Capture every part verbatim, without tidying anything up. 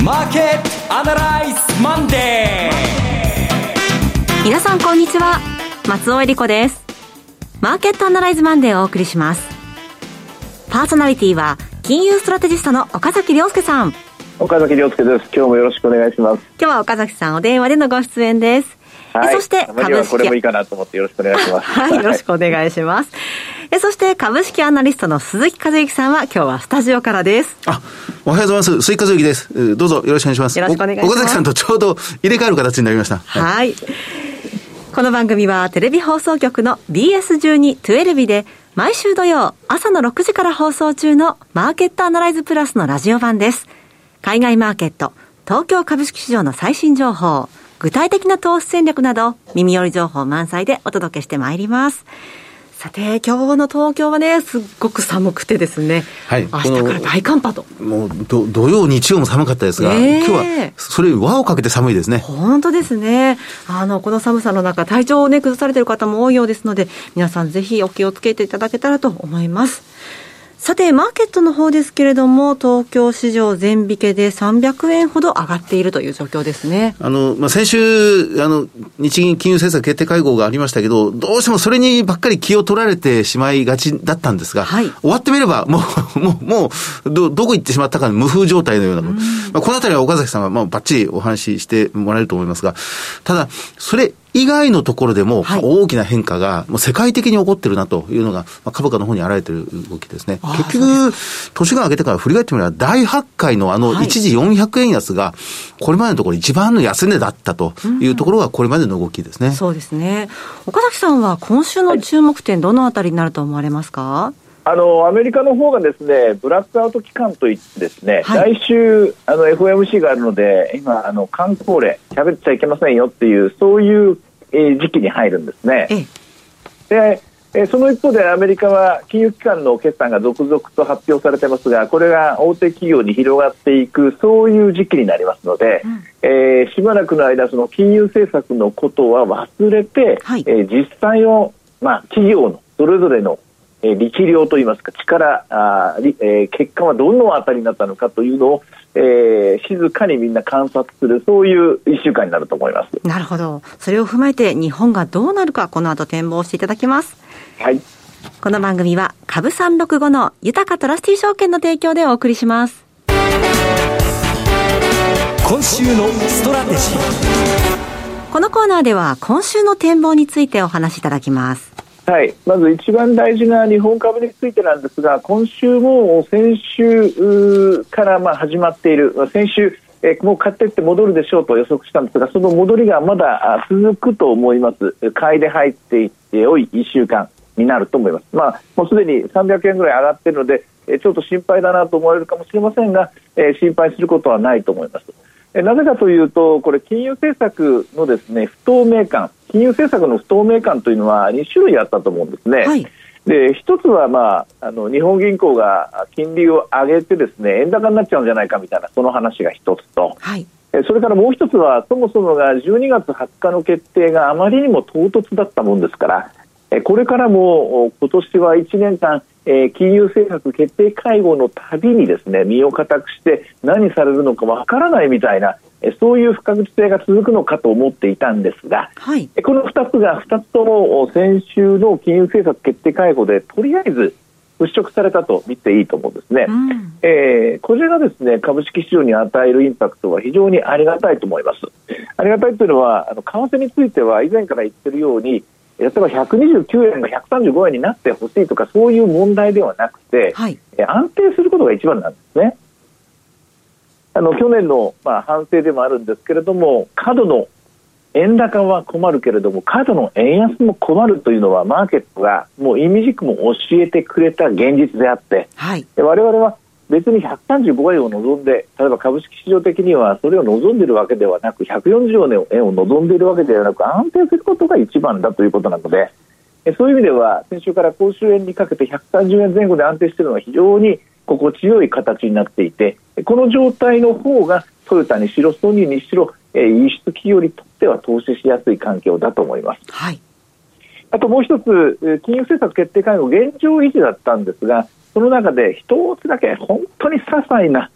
マーケットアナライズマンデー。 皆さんこんにちは、松尾恵理子です。マーケットアナライズマンデーをお送りします。パーソナリティは金融ストラテジストの岡崎亮介さん。 岡崎亮介です。今日もよろしくお願いします。 今日は岡崎さんお電話でのご出演です。 はい、 そして株式これもいいかなと思ってよろしくお願いします。 はい、よろしくお願いします。えそして株式アナリストの鈴木和之さんは今日はスタジオからです。 あ、おはようございます。鈴木和之です。どうぞよろしくお願いします。 よろしくお願いします。 岡崎さんとちょうど入れ替える形になりました。 はい、はい、この番組はテレビ放送局の ビーエスじゅうに じゅうに で毎週土曜朝のろくじから放送中のマーケットアナライズプラスのラジオ版です。海外マーケット、東京株式市場の最新情報、具体的な投資戦略など耳寄り情報満載でお届けしてまいります。さて今日の東京はねすっごく寒くてですね、はい、明日から大寒波ともうど土曜日曜も寒かったですが、えー、今日はそれ輪をかけて寒いですね。 本当ですね。あのこの寒さの中体調をね崩されている方も多いようですので皆さんぜひお気をつけていただけたらと思います。さてマーケットの方ですけれども東京市場全引けでさんびゃくえんほど上がっているという状況ですね。 あの、まあ、先週あの日銀金融政策決定会合がありましたけどどうしてもそれにばっかり気を取られてしまいがちだったんですが、はい、終わってみればもうもうもう ど, どこ行ってしまったか無風状態のような、まあ、このあたりは岡崎さんはまあバッチリお話ししてもらえると思いますが、ただそれ以外のところでも大きな変化がもう世界的に起こってるなというのが株価の方に現れている動きですね。結局年が明けてから振り返ってみれば大発会のあの一時よんひゃくえん安がこれまでのところ一番の安値だったというところがこれまでの動きですね、うん、 そうですね。岡崎さんは今週の注目点どのあたりになると思われますか？ あのアメリカの方がですねブラックアウト期間といってですね、はい、来週あの エフオーエムシー があるので今あの観光令喋っちゃいけませんよっていうそういう、えー、時期に入るんですね。で、えー、その一方でアメリカは金融機関の決算が続々と発表されてますがこれが大手企業に広がっていくそういう時期になりますので、うんえー、しばらくの間その金融政策のことは忘れて、はいえー、実際の、まあ、企業のそれぞれの力量といいますか力あ、えー、結果はどのあたりになったのかというのを、えー、静かにみんな観察するそういういっしゅうかんになると思います。 なるほど。それを踏まえて日本がどうなるかこの後展望していただきます。 はい。 この番組は株さんろくごの豊かトラスティ証券の提供でお送りします。 今週のストラテジー。 このコーナーでは今週の展望についてお話しいただきます。 はい、まず一番大事な日本株についてなんですが今週も先週からまあ始まっている先週、えー、もう買っていって戻るでしょうと予測したんですがその戻りがまだ続くと思います。買いで入っていっておいいっしゅうかんになると思います。まあ、もうすでにさんびゃくえんぐらい上がっているのでちょっと心配だなと思われるかもしれませんが、えー、心配することはないと思います。なぜかというとこれ金融政策のですね不透明感金融政策の不透明感というのはに種類あったと思うんですね、はい、で一つは、まあ、あの日本銀行が金利を上げてですね円高になっちゃうんじゃないかみたいなその話が一つと、はい、それからもう一つはそもそもがじゅうにがつはつかの決定があまりにも唐突だったもんですからこれからも今年はいちねんかんえー、金融政策決定会合のたびにですね身を固くして何されるのかわからないみたいな、えー、そういう不確実性が続くのかと思っていたんですが、はい、このふたつがふたつとも先週の金融政策決定会合でとりあえず払拭されたと見ていいと思うんですね、うんえー、これがですね株式市場に与えるインパクトは非常にありがたいと思います。ありがたいというのはあの為替については以前から言っているように例えばひゃくにじゅうきゅうえんがひゃくさんじゅうごえんになってほしいとかそういう問題ではなくて、はい、安定することが一番なんですね。あの去年の、まあ、反省でもあるんですけれども過度の円高は困るけれども過度の円安も困るというのはマーケットがもう意味軸も教えてくれた現実であって、はい、我々は別にひゃくさんじゅうごえんを望んで例えば株式市場的にはそれを望んでいるわけではなくひゃくよんじゅうえんを望んでいるわけではなく安定することが一番だということなのでそういう意味では先週から公衆円にかけてひゃくさんじゅうえんぜん後で安定しているのは非常に心地よい形になっていてこの状態の方がトヨタにしろソニーにしろ輸出企業にとっては投資しやすい環境だと思います、はい、あともう一つ金融政策決定会合現状維持だったんですがその中で一つだけ本当に些細な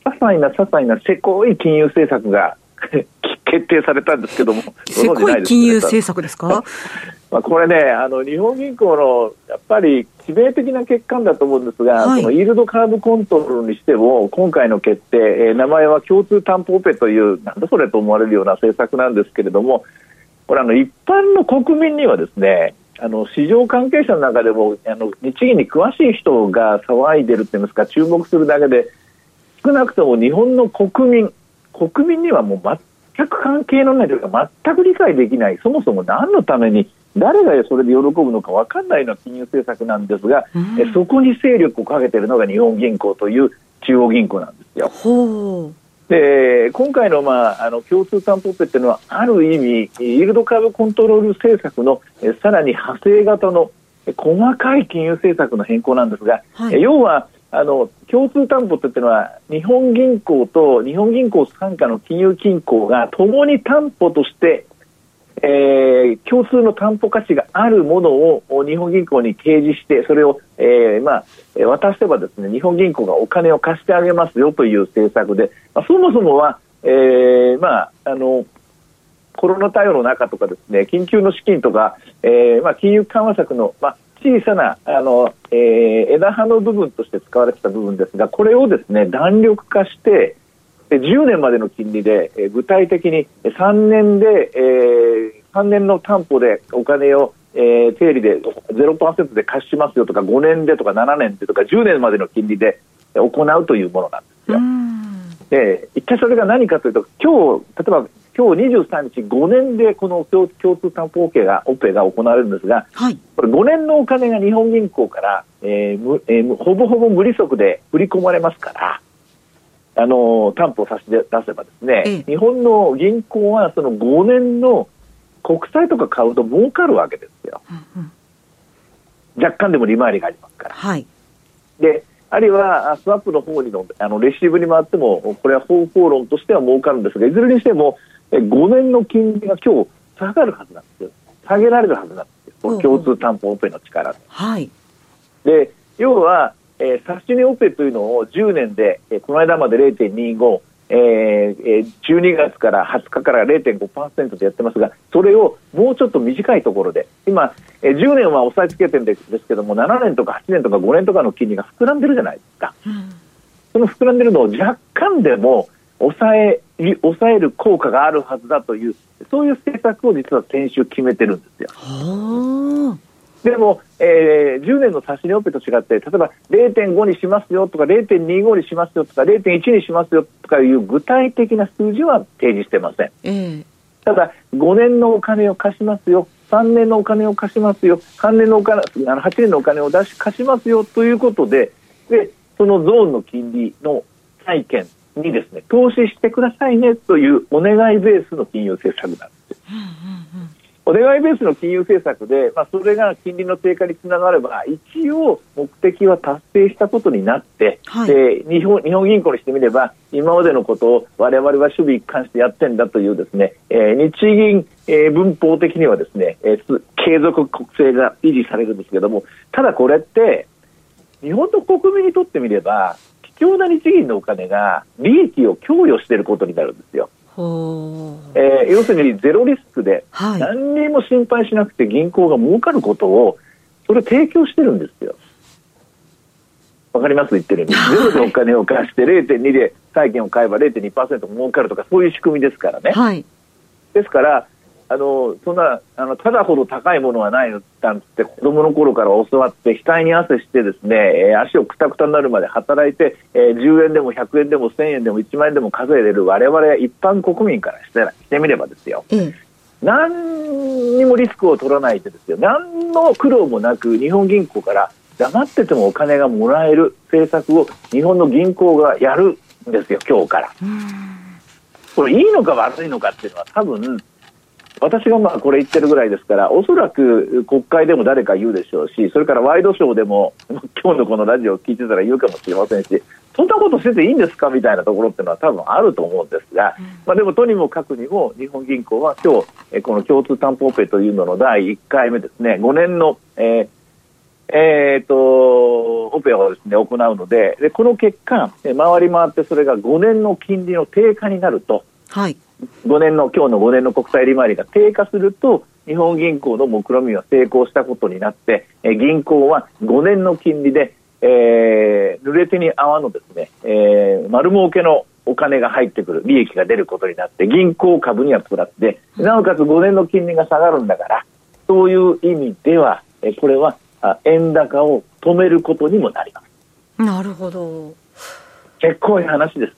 些細な些細なせこい金融政策が決定されたんですけども、 せこい金融政策ですか？ まあこれね、あの日本銀行のやっぱり致命的な欠陥だと思うんですが、 はい、 そのイールドカーブコントロールにしても今回の決定、えー、名前は共通担保オペというなんだそれと思われるような政策なんですけれども、これあの一般の国民にはですね、あの市場関係者の中でもあの日銀に詳しい人が騒いでるって言いますか、注目するだけで少なくとも日本の国民国民にはもう全く関係のないというか全く理解できない、そもそも何のために誰がそれで喜ぶのか分かんないような金融政策なんですが、うん、えそこに勢力をかけているのが日本銀行という中央銀行なんですよ。 ほう。 で今回の、まあ、あの共通担保オペというのはある意味イールドカーブコントロール政策のえさらに派生型の細かい金融政策の変更なんですが、はい、要はあの共通担保というのは日本銀行と日本銀行傘下の金融機構がともに担保としてえー、共通の担保価値があるものを日本銀行に掲示してそれを、えーまあ、渡せばですね、日本銀行がお金を貸してあげますよという政策で、まあ、そもそもは、えーまあ、あのコロナ対応の中とかですね、緊急の資金とか、えーまあ、金融緩和策の、まあ、小さなあの、えー、枝葉の部分として使われていた部分ですが、これをですね弾力化してじゅうねんまでの金利で、えー、具体的にさんねんで、えー、さんねんの担保でお金を、えー、定利で ゼロパーセント で貸しますよとかごねんでとかななねんでとかじゅうねんまでの金利で行うというものなんですよ。で一体それが何かというと、今日例えば今日にじゅうさんにちごねんでこの共通担保オペがオペが行われるんですが、はい、これごねんのお金が日本銀行から、えーえー、ほぼほぼ無利息で振り込まれますから、あの担保を差し出せばですね、ええ、日本の銀行はそのごねんの国債とか買うと儲かるわけですよ、うんうん、若干でも利回りがありますから、はい、であるいはスワップの方にのあのレシーブに回ってもこれは方法論としては儲かるんですが、いずれにしてもごねんの金利が今日下がるはずなんですよ。下げられるはずなんですよ、この共通担保オペの力で、はい、で要はえー、指値オペというのをじゅうねんで、えー、この間まで ゼロテンにご、えー、じゅうにがつからはつかから ゼロテンごパーセント でやってますが、それをもうちょっと短いところで今、えー、じゅうねんは押さえつけてるんですけども、ななねんとかはちねんとかごねんとかの金利が膨らんでるじゃないですか、うん、その膨らんでるのを若干でも抑え、抑える効果があるはずだという、そういう政策を実は先週決めてるんですよ。はあ。でも、えー、じゅうねんの指値オペと違って、例えば ゼロテンご にしますよとか ゼロテンにじゅうご にしますよとか ゼロテンいち にしますよとかいう具体的な数字は提示してません、えー、ただごねんのお金を貸しますよ、さんねんのお金を貸しますよ、さんねんのお金、あのはちねんのお金を出し貸しますよということで、でそのゾーンの金利の債券にですね投資してくださいねというお願いベースの金融政策なんですよ、うんうんうん。お願いベースの金融政策で、まあ、それが金利の低下につながれば一応目的は達成したことになって、はい、で日本、日本銀行にしてみれば今までのことを我々は守備一貫してやってんだというですね、えー、日銀、えー、文法的にはですね、えー、継続国政が維持されるんですけども、ただこれって日本の国民にとってみれば貴重な日銀のお金が利益を供与していることになるんですよ。ほー、えー、要するにゼロリスクで何にも心配しなくて銀行が儲かることをそれを提供してるんですよ。わかります言ってる意味。ゼロでお金を貸して ゼロテンに で債券を買えば ゼロテンにパーセント 儲かるとか、そういう仕組みですからね、はい、ですからあのそんなあのただほど高いものはないのなんて子供の頃から教わって額に汗してですね、えー、足をくたくたになるまで働いて、えー、じゅうえんでもひゃくえんでもせんえんでもいちまんえんでも稼いでる我々一般国民からしてしてみればですよ、うん、何にもリスクを取らないでですよ、何の苦労もなく日本銀行から黙っててもお金がもらえる政策を日本の銀行がやるんですよ今日から。これいいのか悪いのかっていうのは多分私がまあこれ言ってるぐらいですから、おそらく国会でも誰か言うでしょうし、それからワイドショーでも今日のこのラジオを聞いてたら言うかもしれませんし、そんなことしてていいんですかみたいなところっていうのは多分あると思うんですが、うん、まあ、でもとにもかくにも日本銀行は今日この共通担保オペというののだいいっかいめですね、ごねんの、えーえー、とオペをですね、行うので、で、この結果、回り回ってそれがごねんの金利の低下になると、 はい。 ごねんの、今日のごねんの国債利回りが低下すると、日本銀行の目論見は成功したことになって、え銀行はごねんの金利で、えー、濡れ手に泡のですね、えー、丸儲けのお金が入ってくる、利益が出ることになって、銀行株にはプラスで、なおかつごねんの金利が下がるんだから、そういう意味では、えこれは円高を止めることにもなります。 なるほど。 結構いい話です。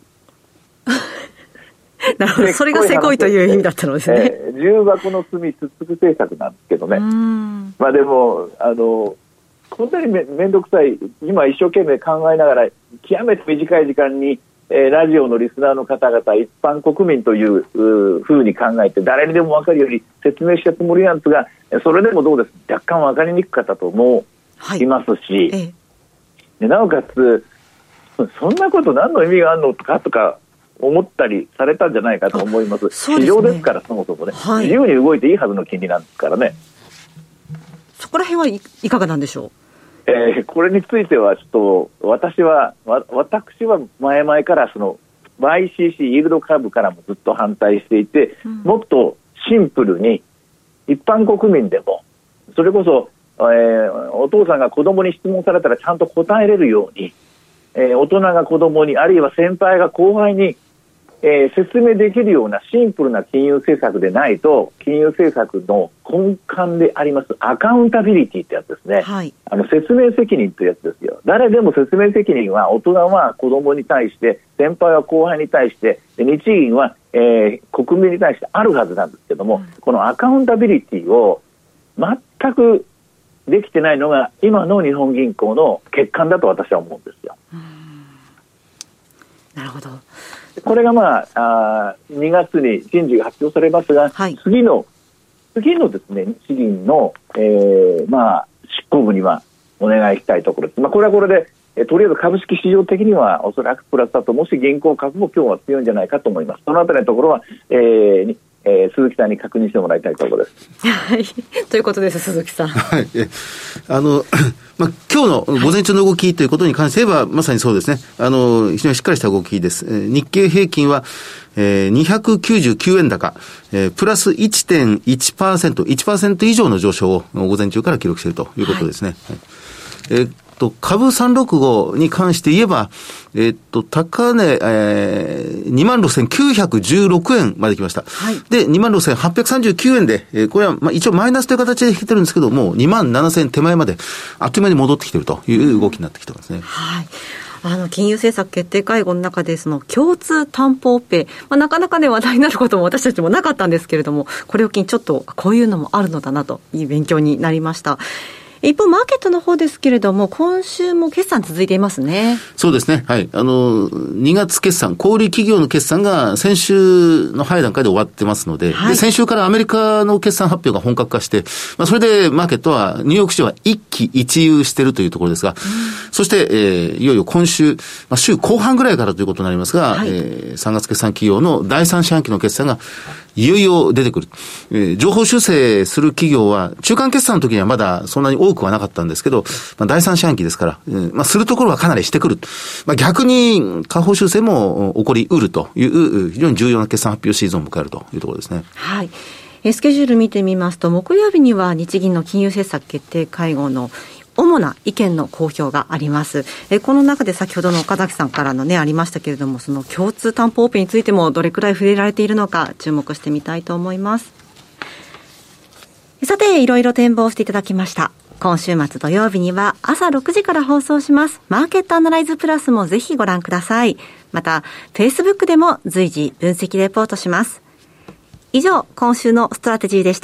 なるほど。それがせこいという意味だったのですね。 えー、重箱の隅つっつく政策なんですけどね。まあでも、あの、こんなに め, めんどくさい、今一生懸命考えながら、極めて短い時間に、えー、ラジオのリスナーの方々、一般国民というふうに考えて、誰にでも分かるように説明したつもりなんですが、それでもどうです、若干分かりにくかったと思いますし、はいええ、なおかつ、そんなこと何の意味があるのかとか思ったりされたんじゃないかと思います。 そうですね、 市場ですから、そもそもね、はい、自由に動いていいはずの金利なんですからね。 そこら辺はい、いかがなんでしょう。 えー、これについてはちょっと私はわ私は前々からその ワイシーシー イールド株からもずっと反対していて、うん、もっとシンプルに一般国民でもそれこそ、えー、お父さんが子供に質問されたらちゃんと答えれるように、えー、大人が子供にあるいは先輩が後輩に、えー、説明できるようなシンプルな金融政策でないと、金融政策の根幹でありますアカウンタビリティってやつですね、はい、あの説明責任ってやつですよ。誰でも説明責任は大人は子供に対して、先輩は後輩に対して、で日銀は、えー、国民に対してあるはずなんですけども、うん、このアカウンタビリティを全くできてないのが今の日本銀行の欠陥だと私は思うんですよ。うん、 なるほど。 これが、まあ、あにがつに人事が発表されますが、はい、次の次のですね、日銀の、えーまあ、執行部にはお願いしたいところです。まあ、これはこれで、えとりあえず株式市場的にはおそらくプラスだと、もし銀行株も今日は強いんじゃないかと思います。そのあたりのところは、えーえー、鈴木さんに確認してもらいたいところです。 はい、ということです、鈴木さん。 はい、えあのまあ、今日の午前中の動きということに関して言えばまさにそうですね。あの非常にしっかりした動きです。えー、日経平均は、えー、にひゃくきゅうじゅうきゅうえん高、えー、プラス いってんいちパーセント、いちパーセント 以上の上昇を午前中から記録しているということですね。はいはい、えーと株さんびゃくろくじゅうごに関して言えば、えっと、高値、えー、にまんろくせんきゅうひゃくじゅうろくえんまで来ました。はい、で、にまんろくせんはっぴゃくさんじゅうきゅうえんで、えー、これは、まあ、一応マイナスという形で来てるんですけども、にまんななせん手前まで、あっという間に戻ってきているという動きになってきてますね。 はい。あの、金融政策決定会合の中で、その共通担保オペ、まあ、なかなかね、話題になることも私たちもなかったんですけれども、これを機にちょっと、こういうのもあるのだなという勉強になりました。一方マーケットの方ですけれども、今週も決算続いていますね。 そうですね。はい。あの、にがつ決算、小売企業の決算が先週の早い段階で終わってますので、はい、で先週からアメリカの決算発表が本格化して、まあ、それでマーケットは、ニューヨーク市場は一喜一憂しているというところですが、うん、そして、えー、いよいよ今週、まあ、週後半ぐらいからということになりますが、はい、えー、さんがつ決算企業のだいさん四半期の決算がいよいよ出てくる。えー、情報修正する企業は、中間決算の時にはまだそんなに多くはなかったんですけど、まあ、だいさん四半期ですから、えー、まあ、するところはかなりしてくる。まあ、逆に、下方修正も起こり得るという、非常に重要な決算発表シーズンを迎えるというところですね。 はい。スケジュール見てみますと、木曜日には日銀の金融政策決定会合の主な意見の公表があります。えこの中で先ほどの岡崎さんからのねありましたけれども、その共通担保オペについてもどれくらい触れられているのか注目してみたいと思います。さて、いろいろ展望していただきました。今週末土曜日には朝ろくじから放送しますマーケットアナライズプラスもぜひご覧ください。また Facebook でも随時分析レポートします。以上、今週のストラテジーでした。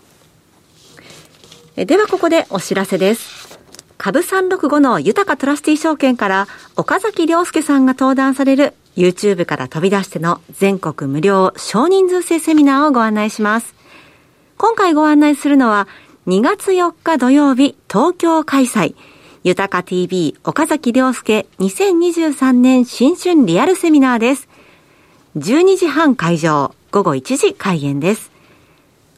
ではここでお知らせです。株さんびゃくろくじゅうごの豊かトラスティ証券から岡崎亮介さんが登壇される YouTube から飛び出しての全国無料少人数制セミナーをご案内します。今回ご案内するのはにがつよっか土曜日東京開催豊か ティービー 岡崎亮介にせんにじゅうさんねん新春リアルセミナーです。じゅうにじはん会場、午後いちじ開演です。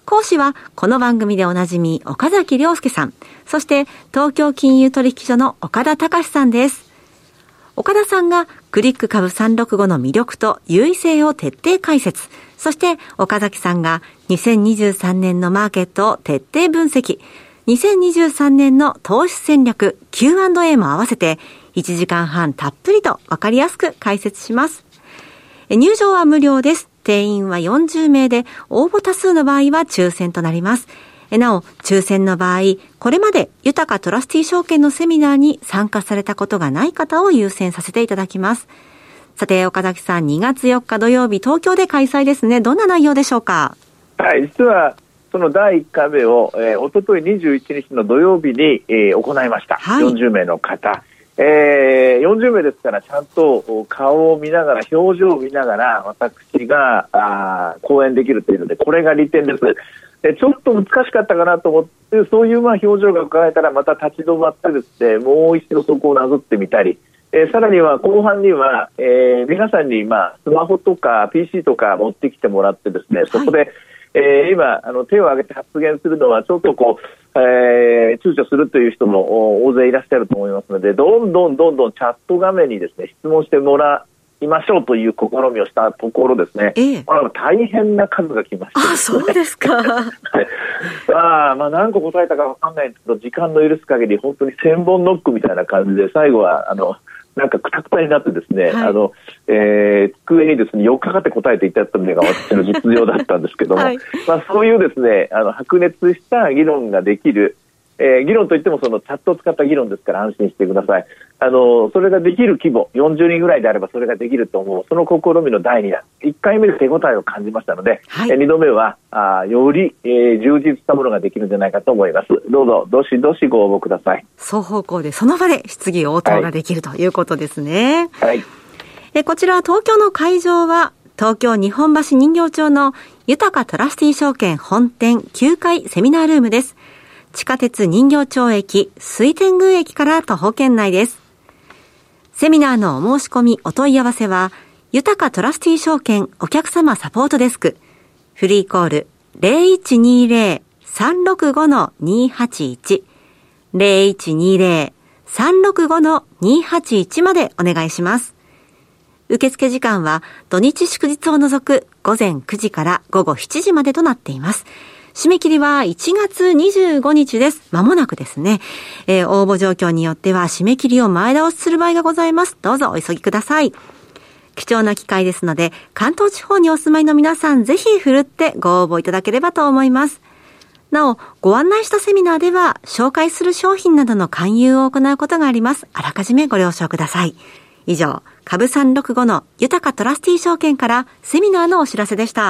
講師はこの番組でおなじみ岡崎亮介さん、そして東京金融取引所の岡田隆さんです。岡田さんがクリック株さんろくごの魅力と優位性を徹底解説、そして岡崎さんがにせんにじゅうさんねんのマーケットを徹底分析、にせんにじゅうさんねんの投資戦略 キューアンドエー も合わせていちじかんはんたっぷりと分かりやすく解説します。入場は無料です。定員はよんじゅうめいで、応募多数の場合は抽選となります。なお、抽選の場合、これまで豊かトラスティ証券のセミナーに参加されたことがない方を優先させていただきます。さて、岡崎さん、にがつよっか土曜日、東京で開催ですね。どんな内容でしょうか？ はい、実はそのだいいっかいめを、えー、おとといにじゅういちにちの土曜日に、えー、行いました。はい、よんじゅうめいの方。えー、よんじゅうめいですからちゃんと顔を見ながら表情を見ながら私があ講演できるというので、これが利点です。でちょっと難しかったかなと思って、そういうまあ表情が伺えたらまた立ち止まってですね、もう一度そこをなぞってみたり、えー、さらには後半には、えー、皆さんにまあスマホとか ピーシー とか持ってきてもらってですね、そこで、はい、えー、今あの手を挙げて発言するのはちょっとこう、えー、躊躇するという人も大勢いらっしゃると思いますので、どんどんどんどんチャット画面にですね質問してもらいましょうという試みをしたところですね、ええ、大変な数が来ました、ね、 あ、そうですか。 あまあ何個答えたか分かんないんですけど、時間の許す限り本当に千本ノックみたいな感じで、最後はあのなんかくたくたになってですね、はい、あのえー、机にですねよっかかって答えていただいたのが私の実情だったんですけども、はい、まあ、そういうですねあの白熱した議論ができる、えー、議論といってもそのチャットを使った議論ですから安心してください。あのそれができる規模よんじゅうにんぐらいであればそれができると思う、その試みのだいにだん、いっかいめで手応えを感じましたので、はい、えにどめはあより、えー、充実したものができるんじゃないかと思います。どうぞどしどしご応募ください。 双方向でその場で質疑応答ができる、はい、ということですね。はい、えこちら東京の会場は東京日本橋人形町の豊かトラスティ証券本店きゅうかいセミナールームです。地下鉄人形町駅水天宮駅から徒歩圏内です。セミナーのお申し込みお問い合わせは豊かトラスティ証券お客様サポートデスク、フリーコール ゼロいちにゼロ さんろくご にはちいち ゼロいちにゼロ さんろくご にはちいち までお願いします。受付時間は土日祝日を除く午前くじから午後しちじまでとなっています。締め切りはいちがつにじゅうごにちです。まもなくですね、えー、応募状況によっては締め切りを前倒しする場合がございます。どうぞお急ぎください。貴重な機会ですので、関東地方にお住まいの皆さんぜひふるってご応募いただければと思います。なお、ご案内したセミナーでは紹介する商品などの勧誘を行うことがあります。あらかじめご了承ください。以上、株さんろくごの豊かトラスティ証券からセミナーのお知らせでした。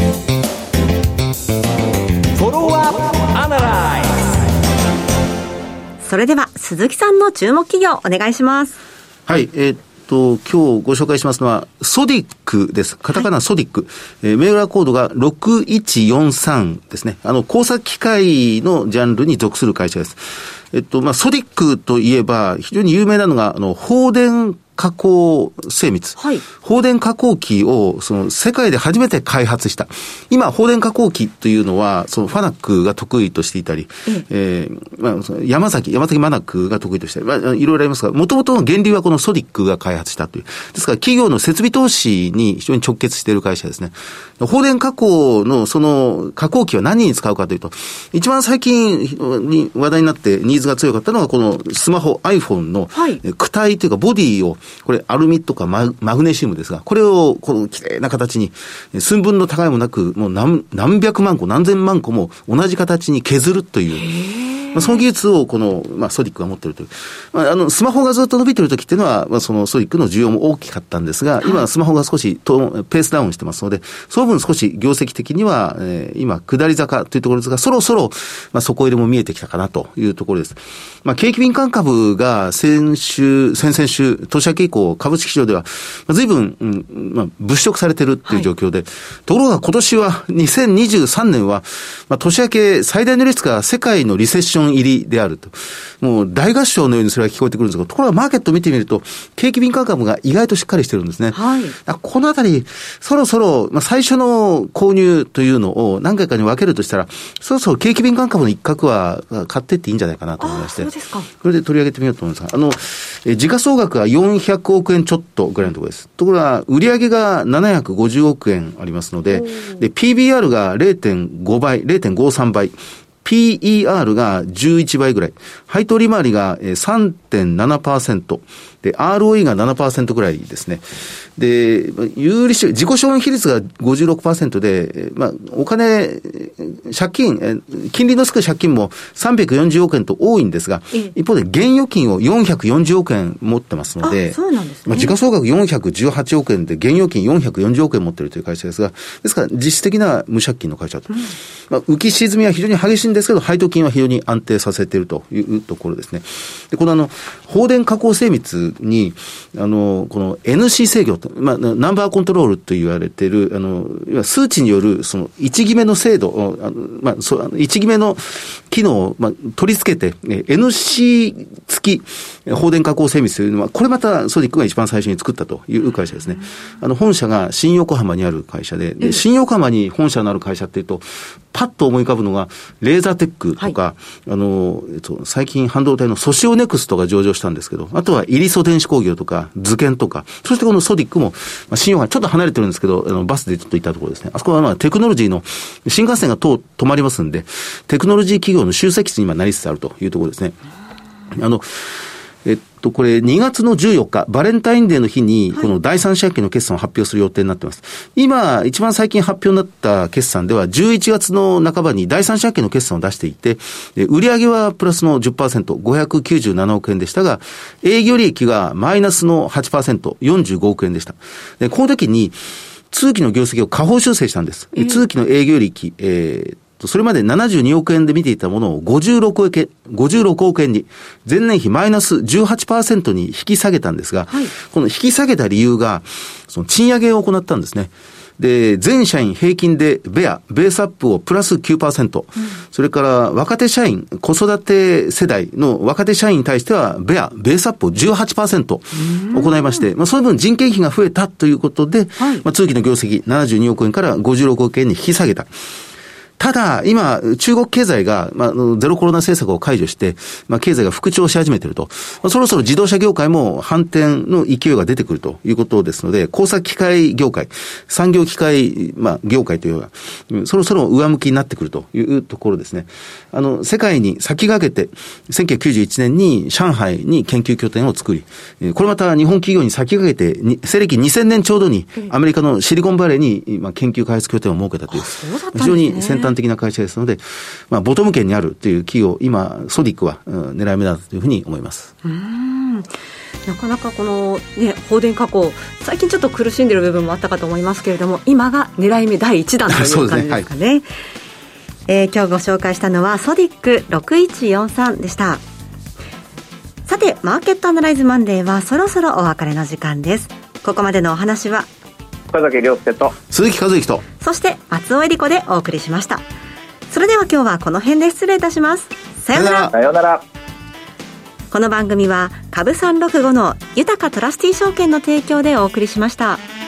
それでは鈴木さんの注目企業お願いします。 はい、えー、っと今日ご紹介しますのはソディックです。カタカナソディック、はい、えー、銘柄コードがろくいちよんさんですね。あの工作機械のジャンルに属する会社です。えっとまあソディックといえば非常に有名なのがあの放電加工精密、はい、放電加工機をその世界で初めて開発した。今放電加工機というのはそのファナックが得意としていたり、うんえーまあ、その山崎山崎マナックが得意としたり、まあ、いろいろありますが、もともとの源流はこのソディックが開発したという。ですから企業の設備投資に非常に直結している会社ですね。放電加工のその加工機は何に使うかというと、一番最近に話題になってニーズが強かったのがこのスマホ iPhone の躯体というかボディをこれアルミとか マ, マグネシウムですが、これをこの綺麗な形に寸分の違いもなくもう 何, 何百万個何千万個も同じ形に削るという、まあ、その技術をこの、まあ、ソディックが持っているという、まあ、あのスマホがずっと伸びている時っていうのは、まあ、そのソディックの需要も大きかったんですが、今スマホが少しとペースダウンしてますので、その分少し業績的には、えー、今下り坂というところですが、そろそろ、まあ、底入れも見えてきたかなというところです。まあ、景気敏感株が先週先々週年明け以降株式市場では随分、うんまあ、物色されているという状況で、はい、ところが今年はにせんにじゅうさんねんは、まあ、年明け最大のリスクが世界のリセッショション入りであると。もう大合唱のようにそれが聞こえてくるんですが、ところがマーケットを見てみると、景気敏感株が意外としっかりしてるんですね。 はい。 このあたり、そろそろ、まあ、最初の購入というのを何回かに分けるとしたら、そろそろ景気敏感株の一角は買っていっていいんじゃないかなと思いまして。そうですか。それで取り上げてみようと思いますが、あの、え時価総額はよんひゃくおくえんちょっとぐらいのところです。ところが、売上がななひゃくごじゅうおくえんありますので、で、ピービーアール が れいてんごばい、れいてんごさんばい。ピーイーアール がじゅういちばいぐらい。配当利回りが さんてんななパーセント。で、アールオーイー が ななパーセント ぐらいですね。で、有利収益、自己資本比率が ごじゅうろくパーセント で、まあ、お金、借金、金利の少ない借金もさんびゃくよんじゅうおくえんと多いんですが、一方で現預金をよんひゃくよんじゅうおくえん持ってますので、 そうなんですね。 まあ、時価総額よんひゃくじゅうはちおくえんで現預金よんひゃくよんじゅうおくえん持っているという会社ですが、ですから実質的な無借金の会社と。うん、まあ、浮き沈みは非常に激しいんですけど、配当金は非常に安定させているというところですね。で、このあの、放電加工精密に、あの、この エヌシー 制御と、まあ、ナンバーコントロールと言われている、あの、数値による、その、一決めの精度、あのまあ、そう、一決めの機能を、まあ、取り付けて、エヌシー 付き放電加工精密というのは、これまたソディックが一番最初に作ったという会社ですね。あの、本社が新横浜にある会社で、で新横浜に本社のある会社っていうと、パッと思い浮かぶのが、レーザーテックとか、はい、あの、えっと、最近半導体のソシオネクストが上場したんですけど、あとはイリソ電子工業とか、図研とか、そしてこのソディックも、まあ、新横浜ちょっと離れてるんですけど、あのバスでちょっと行ったところですね。あそこはまあテクノロジーの、新幹線が通、止まりますんで、テクノロジー企業の集積地に今なりつつあるというところですね。あの、えっと、これにがつのじゅうよっか、バレンタインデーの日に、この第三四半期の決算を発表する予定になっています。今、一番最近発表になった決算では、じゅういちがつの半ばに第三四半期の決算を出していて、売上はプラスの じゅっパーセント、ごひゃくきゅうじゅうななおくえんでしたが、営業利益がマイナスの はちパーセント、よんじゅうごおくえんでした。で、この時に、通期の業績を下方修正したんです。えー、通期の営業利益、えーそれまでななじゅうにおくえんで見ていたものをごじゅうろくおくえん、ごじゅうろくおくえんに、前年比マイナス じゅうはちパーセント に引き下げたんですが、はい、この引き下げた理由が、その賃上げを行ったんですね。で、全社員平均でベア、ベースアップをプラス きゅうパーセント、うん、それから若手社員、子育て世代の若手社員に対してはベア、ベースアップを じゅうはちパーセント 行いまして、まあ、その分人件費が増えたということで、はい、まあ、通期の業績ななじゅうにおくえんからごじゅうろくおくえんに引き下げた。ただ、今、中国経済が、まあ、ゼロコロナ政策を解除して、まあ、経済が復調し始めていると。まあ、そろそろ自動車業界も反転の勢いが出てくるということですので、工作機械業界、産業機械、まあ、業界というのは、そろそろ上向きになってくるというところですね。あの、世界に先駆けて、せんきゅうひゃくきゅうじゅういちねんに上海に研究拠点を作り、これまた日本企業に先駆けて、西暦にせんねんちょうどにアメリカのシリコンバレーに、まあ、研究開発拠点を設けたという、非常に先端的な会社ですので、まあ、ボトム圏にあるという企業、今、ソディックは、うん、狙い目だというふうに思います。 うーん、なかなかこの、ね、放電加工、最近ちょっと苦しんでいる部分もあったかと思いますけれども、今が狙い目だいいちだんという感じですかね。はい、えー、今日ご紹介したのはソディックろくいちよんさんでした。さて、マーケットアナライズマンデーはそろそろお別れの時間です。ここまでのお話は岡崎亮介と鈴木和之と、 そして松尾恵理子でお送りしました。それでは今日はこの辺で失礼いたします。さようなら。 さようなら。 この番組は株さんろくごの豊かトラスティ証券の提供でお送りしました。